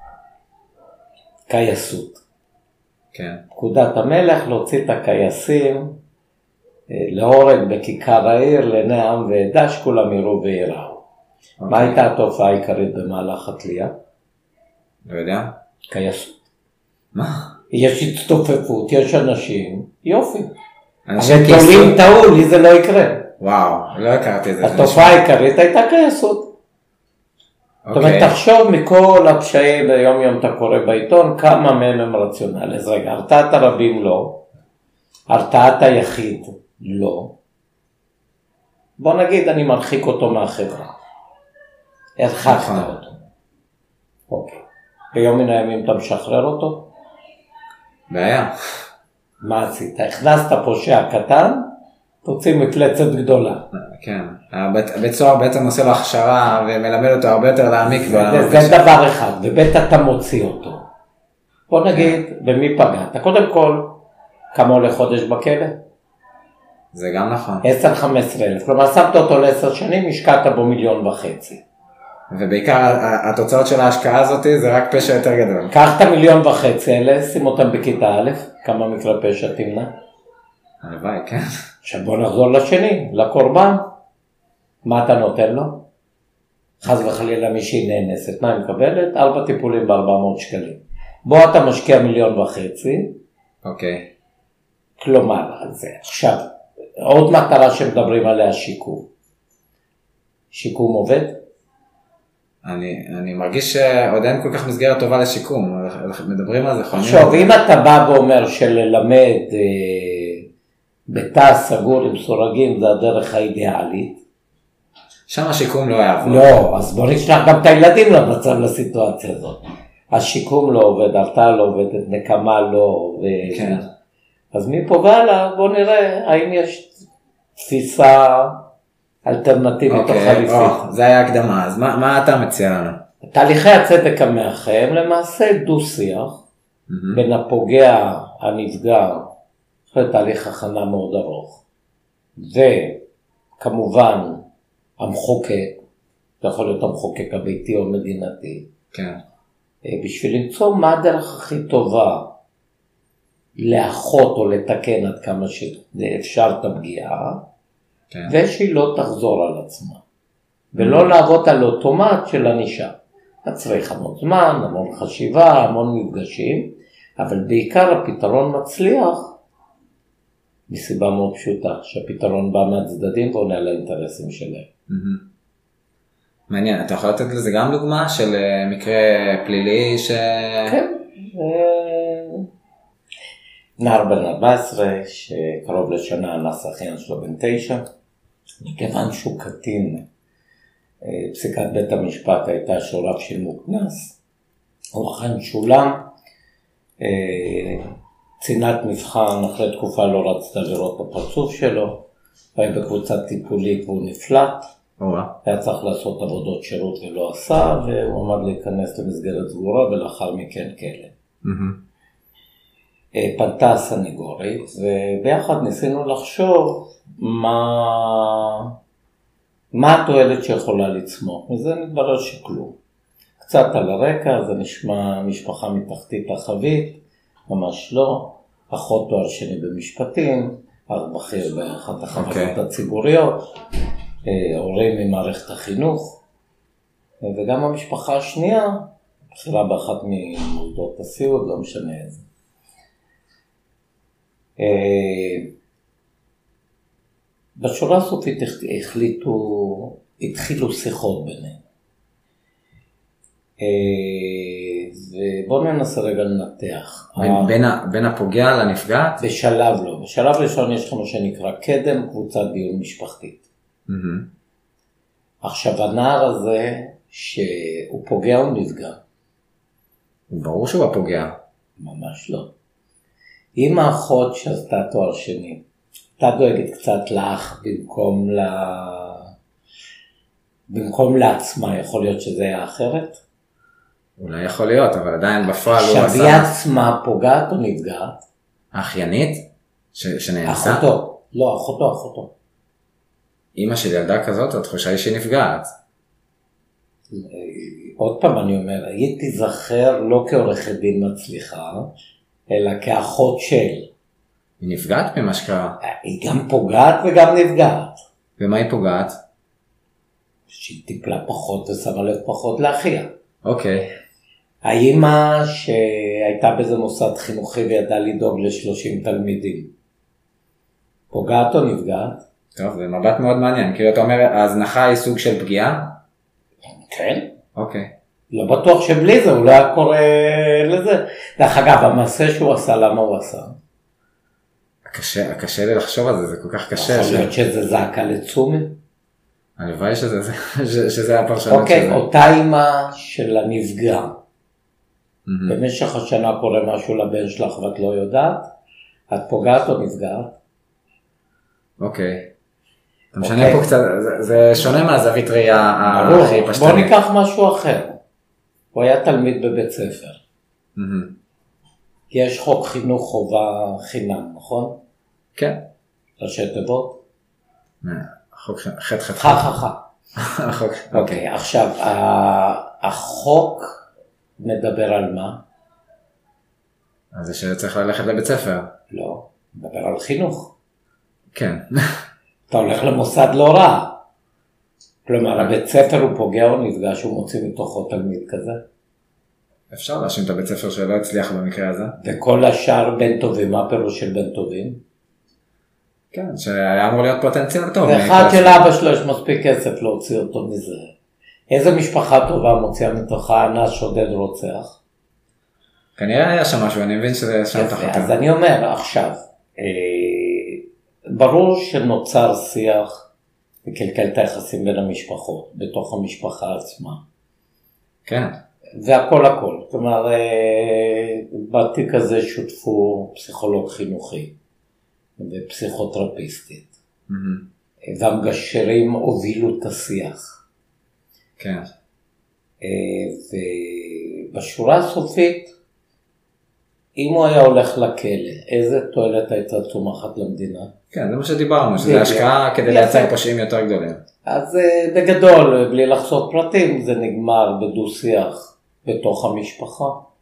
קייסות. כן. פקודת המלך להוציא את הקייסים להורג בכיכר העיר, לעיני העם ועדה, שכולם יראו ויראו. מה הייתה התופעה העיקרית במהלך התלייה? לא יודע. קייסות. מה? יש הצטופפות, יש אנשים, יופי. אנשים תולים טעו, לי זה לא יקרה. וואו, לא הכרתי את זה. התופעה העיקרית הייתה קייסות. זאת אומרת, תחשוב מכל הפשעים, ביום יום אתה קורא בעיתון, כמה מהם הם רציונלי. אז רגע, הרתעת הרבים לא, הרתעת היחיד לא. בוא נגיד, אני מרחיק אותו מהחברה. הרחקת אותו. אוקיי. ביום מן הימים אתה משחרר אותו? בעיה. מה עשית? הכנסת פושע קטן, תוציא מפלצת גדולה. כן. בית סוהר בעצם עושה לו הכשרה ומלמד אותו הרבה יותר להעמיק. זה דבר אחד, ובית אתה מוציא אותו. בוא נגיד, במי פגעת? קודם כל, כמה עולה חודש בכלא? זה גם נכון. 10-15 אלף. כלומר, שמת אותו ל10 שנים, השקעת בו 1.5 מיליון. ובעיקר התוצאות של ההשקעה הזאת זה רק פשע יותר גדול. קח את 1.5 מיליון האלה, שים אותם בכיתה א', כמה מקרה פשע תמנע? הלוואי, כן. עכשיו בוא נחזור לשני, לקורבן. מה אתה נותן לו? חס וחלילה מישהי נאנסת, מה היא מקבלת? 4 טיפולים ב400 שקלים. בוא אתה משקיע 1.5 מיליון. אוקיי. כלומר, על זה. עכשיו, עוד מטרה שמדברים עליה, שיקום. שיקום עובד? אני מרגיש שעוד אין כל כך מסגרת טובה לשיקום, מדברים על זה חונים. עכשיו, אם אתה בא ואומר שללמד בתא סגור עם סורגים זה הדרך האידיאלית. שם השיקום לא יעבור. לא, אז בוא נשלח גם את הילדים למצב לסיטואציה הזאת. השיקום לא עובד, הרתעה לא עובדת, נקמה לא. כן. אז מפה והלאה, בוא נראה האם יש תפיסה אלטרנטיבית או חליפית. זה היה הקדמה, אז מה אתה מציע לנו? תהליכי הצדק המאחה הם למעשה דו-שיח בין הפוגע הנפגע, אחרי תהליך הכנה מאוד ארוך, וכמובן המחוקק, זה יכול להיות המחוקק הביתי או מדינתי, כן. בשביל למצוא מה הדרך הכי טובה לאחות או לתקן עד כמה שאפשר את הפגיעה, כן. ושהיא לא תחזור על עצמה, ולא לעבוד על אוטומט של ענישה. אתה צריך המון זמן, המון חשיבה, המון מפגשים, אבל בעיקר הפתרון מצליח, מסיבה מאוד פשוטה, שהפתרון בא מהצדדים ועונה על האינטרסים שלהם. מעניין, אתה יכול לתת לזה גם דוגמה של מקרה פלילי ש... כן, נער בן 14 שקרוב לשנה אנס אחיין שלו בן 9, מכיוון שהוא קטין, פסיקת בית המשפט הייתה שהוריו שילמו קנס, הוא אכן שולם, קצינת מבחן אחרי תקופה לא רצתה לראות את הפרצוף שלו, היה בקבוצת טיפולית והוא נפלט, היה צריך לעשות עבודות שירות ולא עשה, והוא עמד להיכנס למסגרת סגורה ולאחר מכן כלא. פנתה הסנגורית, וביחד ניסינו לחשוב מה התועלת שיכולה לצמוח. מזה מתברר שכלום. קצת על הרקע, זה נשמע משפחה מתחתית החבית, ממש לא. אחות תואר שני במשפטים, אח בכיר באחת החברות הציבוריות, הורים ממערכת החינוך, וגם המשפחה השנייה, בחירה באחת ממוסדות הסיעוד, לא משנה איזה. בשורה הסופית התחילו שיחות ביניהם. ובואו ננסה רגע לנתח. בין הפוגע לנפגעת? בשלב לא. בשלב ראשון יש כמו שנקרא קדם, קבוצת דיון משפחתית. עכשיו הנער הזה שהוא פוגע או נפגע? ברור שהוא הפוגע. ממש לא. אם האחות שעשתה תואר שני, אתה דואגת קצת לאח במקום לעצמה, יכול להיות שזה היה אחרת? אולי יכול להיות, אבל עדיין בפועל הוא עשה... עכשיו היא עצמה פוגעת או נפגעת? האחיינית? שנאנסה? אחותו. לא, אחותו. אמא של ילדה כזאת, התחושה היא שהיא נפגעת. עוד פעם אני אומר, היא תיזכר לא כעורכת דין מצליחה, אלא כאחות של. היא נפגעת ממה שקרה. היא גם פוגעת וגם נפגעת. ומה היא פוגעת? שהיא טיפלה פחות ושמה לב פחות לאחיה. אוקיי. האמא שהייתה באיזה מוסד חינוכי וידעה לדאוג ל30 תלמידים. פוגעת או נפגעת? טוב, זה מבט מאוד מעניין. כאילו אתה אומר, ההזנחה היא סוג של פגיעה? כן. אוקיי. לא בטוח שבלי זה, הוא לא היה קורא לזה. דרך אגב, המעשה שהוא עשה, למה הוא עשה? קשה לי לחשוב על זה, זה כל כך קשה. יכול להיות שזה זעקה לתשומת. הלוואי שזה הפרשנות של זה. אוקיי, אותה אמא של הנפגע. במשך השנה קורה משהו לבן שלך ואת לא יודעת, את פוגעת או נפגעת? אוקיי. אתה משנה פה קצת, זה שונה מהזווית ראייה הכי פשטנית. בוא ניקח משהו אחר. הוא היה תלמיד בבית ספר. יש חוק חינוך חובה חינם, נכון? כן. ראשי תיבות? חוק חתך. אוקיי, עכשיו, החוק מדבר על מה? על זה שצריך ללכת לבית ספר. לא, מדבר על חינוך. כן. אתה הולך למוסד לא רע. כלומר, הבית ספר הוא פוגע או נפגע שהוא מוציא מתוכו תלמיד כזה? אפשר להאשים את הבית ספר שלא הצליח במקרה הזה. וכל השאר בן טובים, מה הפירוש של בן טובים? כן, שהיה אמור להיות פוטנציאל טוב. ואחד של אבא שלו יש מספיק כסף להוציא אותו מזה. איזה משפחה טובה מוציאה מתוכה אנס שודד רוצח? כנראה היה שם משהו, אני מבין שזה שם תחתן. אז אני אומר עכשיו, ברור שנוצר שיח וקלקל את היחסים בין המשפחות, בתוך המשפחה עצמה. כן. והכל. כלומר, בתיק הזה שותפו פסיכולוג חינוכי ופסיכותרפיסטית. והמגשרים הובילו את השיח. כן. ובשורה הסופית, אם הוא היה הולך לכלא, איזה תועלת הייתה צומחת למדינה? כן, זה מה שדיברנו, שזה השקעה כדי לייצר פושעים יותר גדולים. אז בגדול, בלי לחשוף פרטים, זה נגמר בדו-שיח בתוך המשפחה.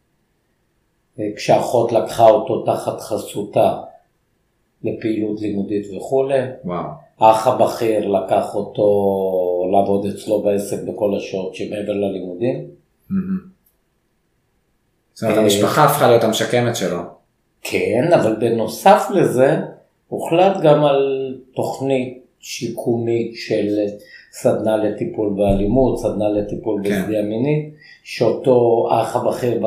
כשאחות לקחה אותו תחת חסותה לפעילות לימודית וכו'. וואו. האח הבכיר לקח אותו לעבוד אצלו בעסק בכל השעות שמעבר ללימודים. זאת אומרת, המשפחה הפכה להיות המשקמת שלו. כן, אבל בנוסף לזה, הוחלט גם על תוכנית שיקומית של סדנה לטיפול באלימות, סדנה לטיפול בסוגיה מינית, שאותו האח הבכיר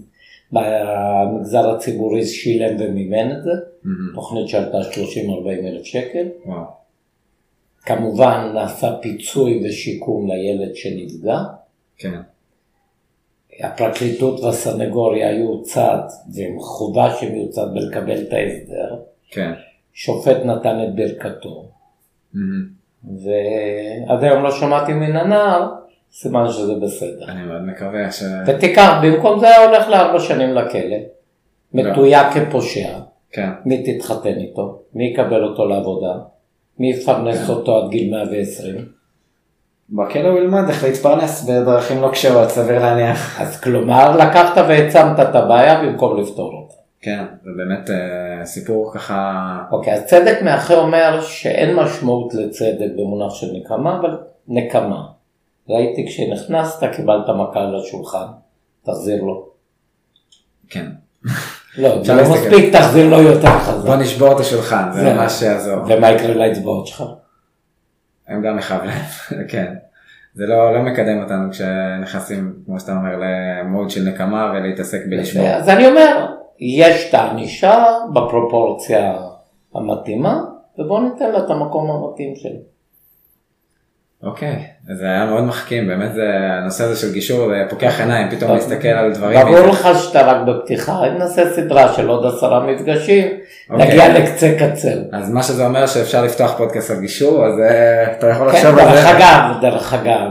במגזר הציבורי שילם ומימן את זה, תוכנית שעלתה 30-40 אלף שקל. כמובן נעשה פיצוי ושיקום לילד שנפגע. כן. הפרקליטות והסנגוריה היו צד, והם חובה שהם יהיו צד בלקבל את ההסדר. כן. שופט נתן את ברכתו. ועד היום לא שמעתי מן הנער, סימן שזה בסדר. אני מאוד מקווה ותיקח, במקום זה היה הולך ל4 שנים לכלא, מתויה כפושע. כן. מי תתחתן איתו? מי יקבל אותו לעבודה? מי יפרנס אותו עד גיל 120? בכלא הוא ילמד איך להתפרנס בדרכים לא קשרות, סביר להניח. אז כלומר, לקחת והצמת את הבעיה במקום לפתור אותה. כן, זה באמת סיפור ככה... אוקיי, אז צדק מאחה אומר שאין משמעות לצדק במונח של נקמה, אבל נקמה. ראיתי כשנכנסת, קיבלת מכה על השולחן, תחזיר לו. כן. לא, זה לא מספיק, תחזיר לו יותר חזק. בוא נשבור את השולחן, זה ממש יעזור. ומה יקרה לאצבעות שלך? הם גם מחבלים, כן. זה לא מקדם אותנו כשנכנסים, כמו שאתה אומר, למוד של נקמה ולהתעסק בלשמור. אז אני אומר, יש את הענישה בפרופורציה המתאימה, ובואו ניתן לה את המקום המתאים שלו. אוקיי, זה היה מאוד מחכים, באמת זה, הנושא הזה של גישור, זה פוקח עיניים, פתאום להסתכל על דברים. ברור לך שאתה רק בפתיחה, אם נעשה סדרה של עוד 10 מפגשים, נגיע לקצה קצה. אז מה שזה אומר שאפשר לפתוח פודקאסט על גישור, אז אתה יכול לחשוב על זה. דרך אגב,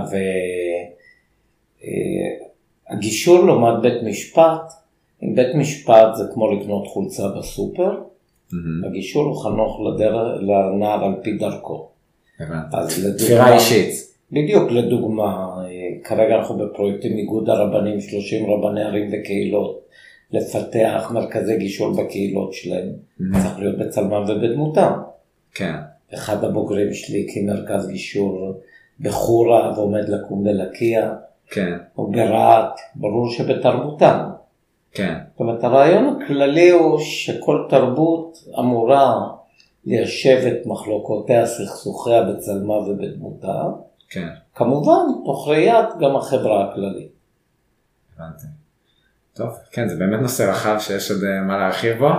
הגישור לעומת בית משפט, אם בית משפט זה כמו לקנות חולצה בסופר, הגישור הוא חנוך לנער על פי דרכו. תפירה אישית. בדיוק, לדוגמה, כרגע אנחנו בפרויקטים איגוד הרבנים, 30 רבני ערים וקהילות, לפתח מרכזי גישור בקהילות שלהם, צריך להיות בצלמם ובדמותם. כן. אחד הבוגרים שלי כמרכז גישור בחורה ועומד לקום בלקיה, כן. או ברעת, ברור שבתרבותם. כן. זאת אומרת, הרעיון הכללי הוא שכל תרבות אמורה ליישב את מחלוקותיה, סכסוכיה בצלמה ובדמותה. כן. כמובן, תוך ראיית גם החברה הכללית. הבנתי. טוב, כן, זה באמת נושא רחב שיש עוד מה להרחיב בו.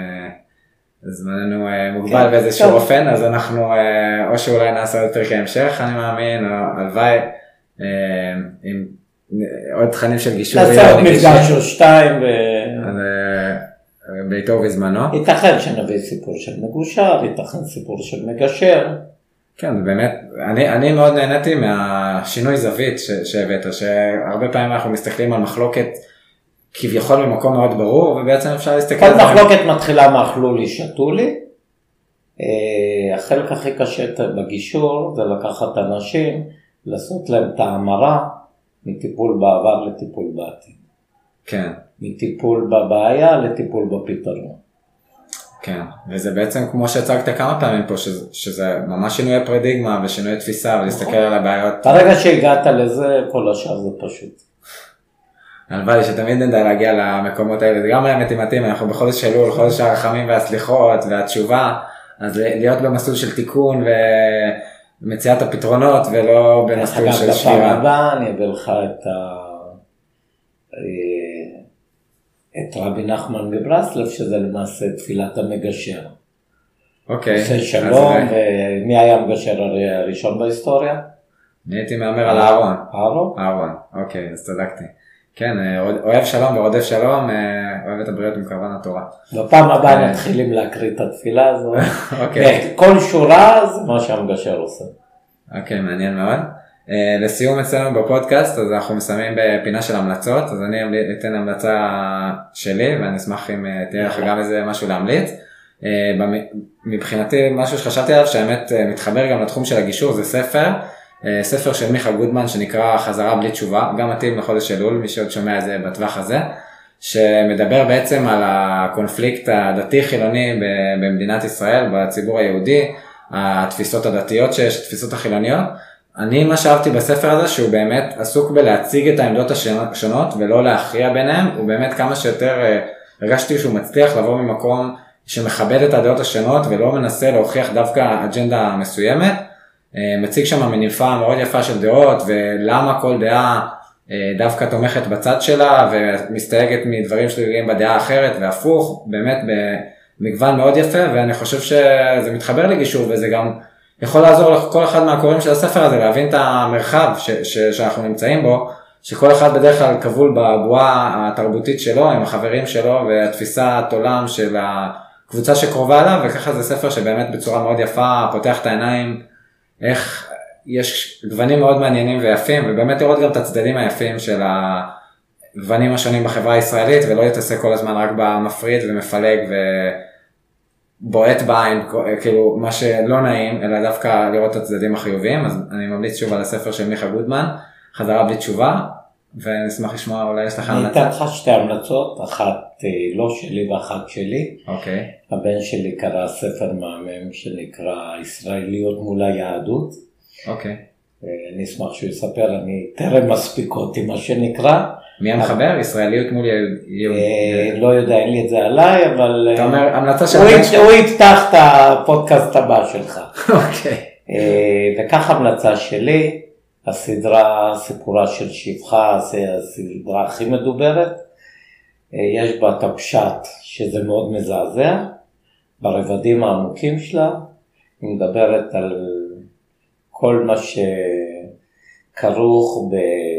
זמננו מוגבל באיזשהו אופן, אז אנחנו, או שאולי נעשה עוד פרקי המשך, אני מאמין, או הלוואי, עם עוד תכנים של גישור. נעשה עוד מפגש או 2 בעיתו ובזמנו. ייתכן שנביא סיפור של מגושר, ייתכן סיפור של מגשר. כן, באמת, אני מאוד נהניתי מהשינוי זווית שהבאת, שהרבה פעמים אנחנו מסתכלים על מחלוקת כביכול ממקום מאוד ברור, ובעצם אפשר להסתכל על זה. כל מחלוקת מתחילה מאכלו לי, שתו לי. החלק הכי קשה בגישור זה לקחת אנשים, לעשות להם את ההמרה מטיפול בעבר לטיפול בעתיד. כן. מטיפול בבעיה לטיפול בפתרון. כן, וזה בעצם כמו שהצגת כמה פעמים פה, שזה ממש שינוי פרדיגמה ושינוי תפיסה, ולהסתכל על הבעיות. ברגע שהגעת לזה, כל השאר זה פשוט. הלוואי שתמיד נדע להגיע למקומות האלה, זה גם באמת מתאים, אנחנו בחודש אלול, חודש הרחמים והסליחות והתשובה, אז להיות במסלול של תיקון ומציאת הפתרונות, ולא במסלול של שבירה. בפעם הבאה אני אביא לך את רבי נחמן מברסלב, שזה למעשה תפילת המגשר. אוקיי. עושה שלום, ומי היה המגשר הראשון בהיסטוריה? אני הייתי מאמר על אהרון. אהרון? אהרון, אוקיי, אז צדקתי. כן, אוהב שלום ורודף שלום, אוהב את הבריאות מכוון התורה. בפעם הבאה נתחילים להקריא את התפילה הזו. אוקיי. כל שורה זה מה שהמגשר עושה. אוקיי, מעניין מאוד. לסיום אצלנו בפודקאסט, אז אנחנו מסיימים בפינה של המלצות, אז אני אתן המלצה שלי, ואני אשמח אם תהיה לך גם איזה משהו להמליץ. מבחינתי, משהו שחשבתי עליו, שהאמת מתחבר גם לתחום של הגישור, זה ספר של מיכה גודמן, שנקרא חזרה בלי תשובה, גם מתאים לחודש אלול, מי שעוד שומע את זה בטווח הזה, שמדבר בעצם על הקונפליקט הדתי-חילוני במדינת ישראל, בציבור היהודי, התפיסות הדתיות שיש, התפיסות החילוניות. אני מה שאהבתי בספר הזה, שהוא באמת עסוק בלהציג את העמדות השונות ולא להכריע ביניהם, הוא באמת כמה שיותר הרגשתי שהוא מצליח לבוא ממקום שמכבד את הדעות השונות ולא מנסה להוכיח דווקא אג'נדה מסוימת, מציג שם מניפה מאוד יפה של דעות ולמה כל דעה דווקא תומכת בצד שלה ומסתייגת מדברים שליליים בדעה אחרת והפוך, באמת במגוון מאוד יפה, ואני חושב שזה מתחבר לגישור וזה גם יכול לעזור לכל אחד מהקוראים של הספר הזה להבין את המרחב שאנחנו נמצאים בו, שכל אחד בדרך כלל כבול בבועה התרבותית שלו עם החברים שלו והתפיסת עולם של הקבוצה שקרובה אליו, וככה זה ספר שבאמת בצורה מאוד יפה פותח את העיניים איך יש גוונים מאוד מעניינים ויפים, ובאמת לראות גם את הצדדים היפים של הגוונים השונים בחברה הישראלית, ולא להתעסק כל הזמן רק במפריד ומפלג ובועט בעין, כאילו מה שלא נעים, אלא דווקא לראות את הצדדים החיוביים. אז אני ממליץ שוב על הספר של מיכה גודמן, חזרה בלי תשובה, ונשמח לשמוע, אולי יש לך המלצה. אני אתן לך שתי המלצות, אחת לא שלי ואחת שלי. אוקיי. הבן שלי קרא ספר מהמם שנקרא ישראליות מול היהדות. אוקיי. אני אשמח שהוא יספר, אני טרם מספיק אותי מה שנקרא. מי המחבר? ישראליות מול יהודית? לא יודע, אין לי את זה עליי, אבל אתה אומר, המלצה של הוא יפתח את הפודקאסט הבא שלך. אוקיי. וכך המלצה שלי, הסדרה סיפורה של שפחה, הסדרה הכי מדוברת, יש בה את הפשט שזה מאוד מזעזע, ברבדים העמוקים שלה, היא מדברת על כל מה שכרוך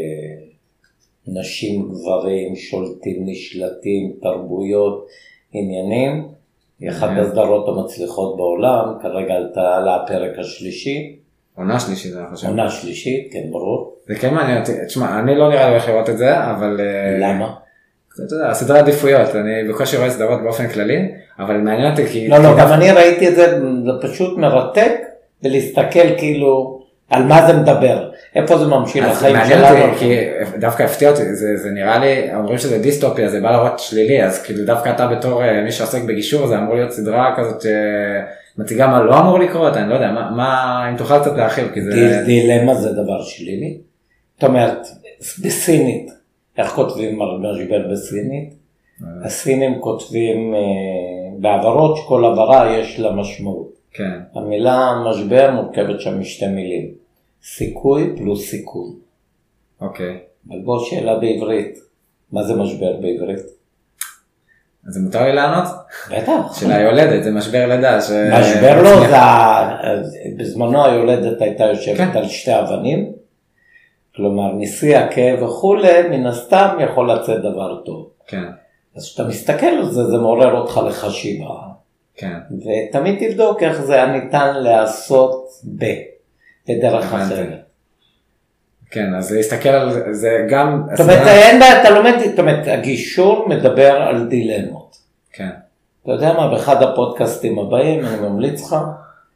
בנשים, גברים, שולטים, נשלטים, תרבויות, עניינים. היא אחת הסדרות המצליחות בעולם, כרגע עלתה לה הפרק השלישי. עונה שלישית, אני חושב. עונה שלישית, כן, ברור. זה כן מעניין אותי, תשמע, אני לא נראה לי הולך לראות את זה, אבל... למה? אתה יודע, סדרי עדיפויות, אני בקושי רואה סדרות באופן כללי, אבל מעניין אותי כי... לא, גם אני ראיתי את זה, זה פשוט מרתק, ולהסתכל כאילו על מה זה מדבר, איפה זה ממשיך לחיים שלנו. מעניין אותי, כי דווקא הפתיע אותי, זה נראה לי, אומרים שזה דיסטופיה, זה בא להראות שלילי, אז כאילו דווקא אתה בתור מי שעוסק בגישור, זה אמור להיות סדרה כזאת שמציגה מה לא אמור לקרות, אני לא יודע, מה, אם תוכל קצת להכיל, כי זה... דילמה זה דבר שלילי, זאת אומרת, בסינית, איך כותבים על משבר בסינית? הסינים כותבים בעברות שכל עברה יש לה משמעות. כן. המילה משבר מורכבת שם משתי מילים, סיכוי פלוס סיכון. אוקיי. אבל בוא שאלה בעברית, מה זה משבר בעברית? אז זה מותר לי לענות? בטח. של היולדת, זה משבר לידה. משבר לא, בזמנו היולדת הייתה יושבת על שתי אבנים, כלומר ניסי הכאב וכולי, מן הסתם יכול לצאת דבר טוב. כן. אז כשאתה מסתכל על זה, זה מעורר אותך לחשיבה. כן. ותמיד תבדוק איך זה היה ניתן לעשות בדרך אחרת. כן, אז להסתכל על זה גם... זאת אומרת, אין בעיה, אתה לומד, זאת אומרת, הגישור מדבר על דילמות. כן. אתה יודע מה, באחד הפודקאסטים הבאים, אני ממליץ לך,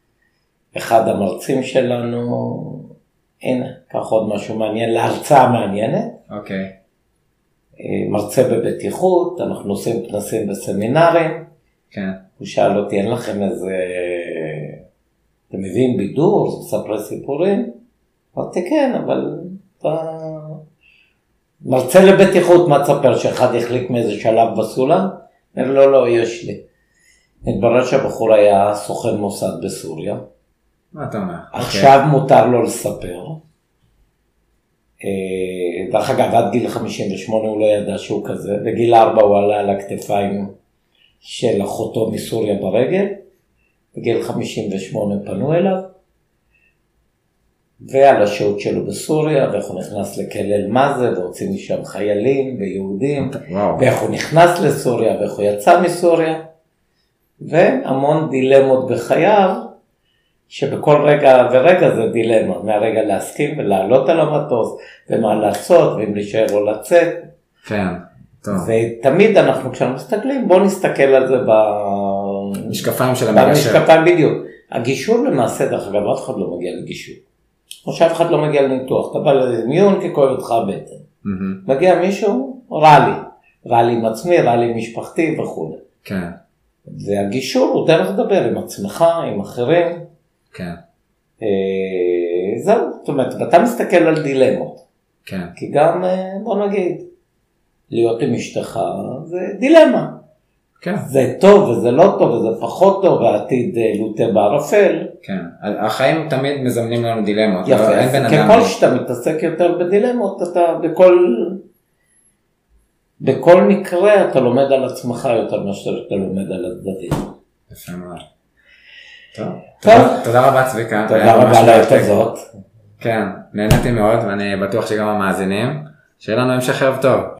אחד המרצים שלנו, הנה, קח עוד משהו מעניין, להרצאה מעניינת. אוקיי. מרצה בבטיחות, אנחנו עושים כנסים בסמינרים. כן. הוא שאל אותי, אין לכם איזה, אתם מביאים בידור, מספרי סיפורים? אמרתי כן, אבל אתה מרצה לבטיחות, מה תספר שאחד יחליק מאיזה שלב בסולם? לא, יש לי. התברר שהבחור היה סוכן מוסד בסוריה. מה אתה אומר? עכשיו מותר לו לספר. דרך אגב, עד גיל 58 הוא לא ידע שהוא כזה, בגיל 4 הוא עלה על הכתפיים של אחותו מסוריה ברגל, בגיל 58 פנו אליו, ועל השהות שלו בסוריה, ואיך הוא נכנס לכלא אל-מאזה, והוצאים משם חיילים ויהודים, ואיך הוא נכנס לסוריה, ואיך הוא יצא מסוריה, והמון דילמות בחייו, שבכל רגע ורגע זה דילמה, מהרגע להסכים ולעלות על המטוס, ומה לעשות, ואם להישאר או לצאת. כן, טוב. ותמיד אנחנו כשאנחנו מסתכלים, בואו נסתכל על זה במשקפיים של המגשר. במשקפיים בדיוק. הגישור למעשה, דרך אגב, אף אחד לא מגיע לגישור. או שאף אחד לא מגיע לניתוח, אתה בא למיון כי כואב אותך הבטן. מגיע מישהו, רע לי עם עצמי, רע לי עם משפחתי וכו'. כן. והגישור הוא דרך לדבר עם עצמך, עם אחרים. כן. זהו, זאת אומרת, ואתה מסתכל על דילמות. כן. כי גם, בוא נגיד, להיות עם אשתך זה דילמה. כן. זה טוב וזה לא טוב וזה פחות טוב, והעתיד לוטה בערפל. כן, החיים תמיד מזמנים לנו דילמות. יפה, ככל שאתה מתעסק יותר בדילמות, אתה בכל מקרה אתה לומד על עצמך יותר מאשר אתה לומד על הצדדים. יפה מאוד. טוב, תודה רבה צביקה. תודה רבה לעת הזאת. כן, נהניתי מאוד ואני בטוח שגם המאזינים. שיהיה לנו המשך ערב טוב.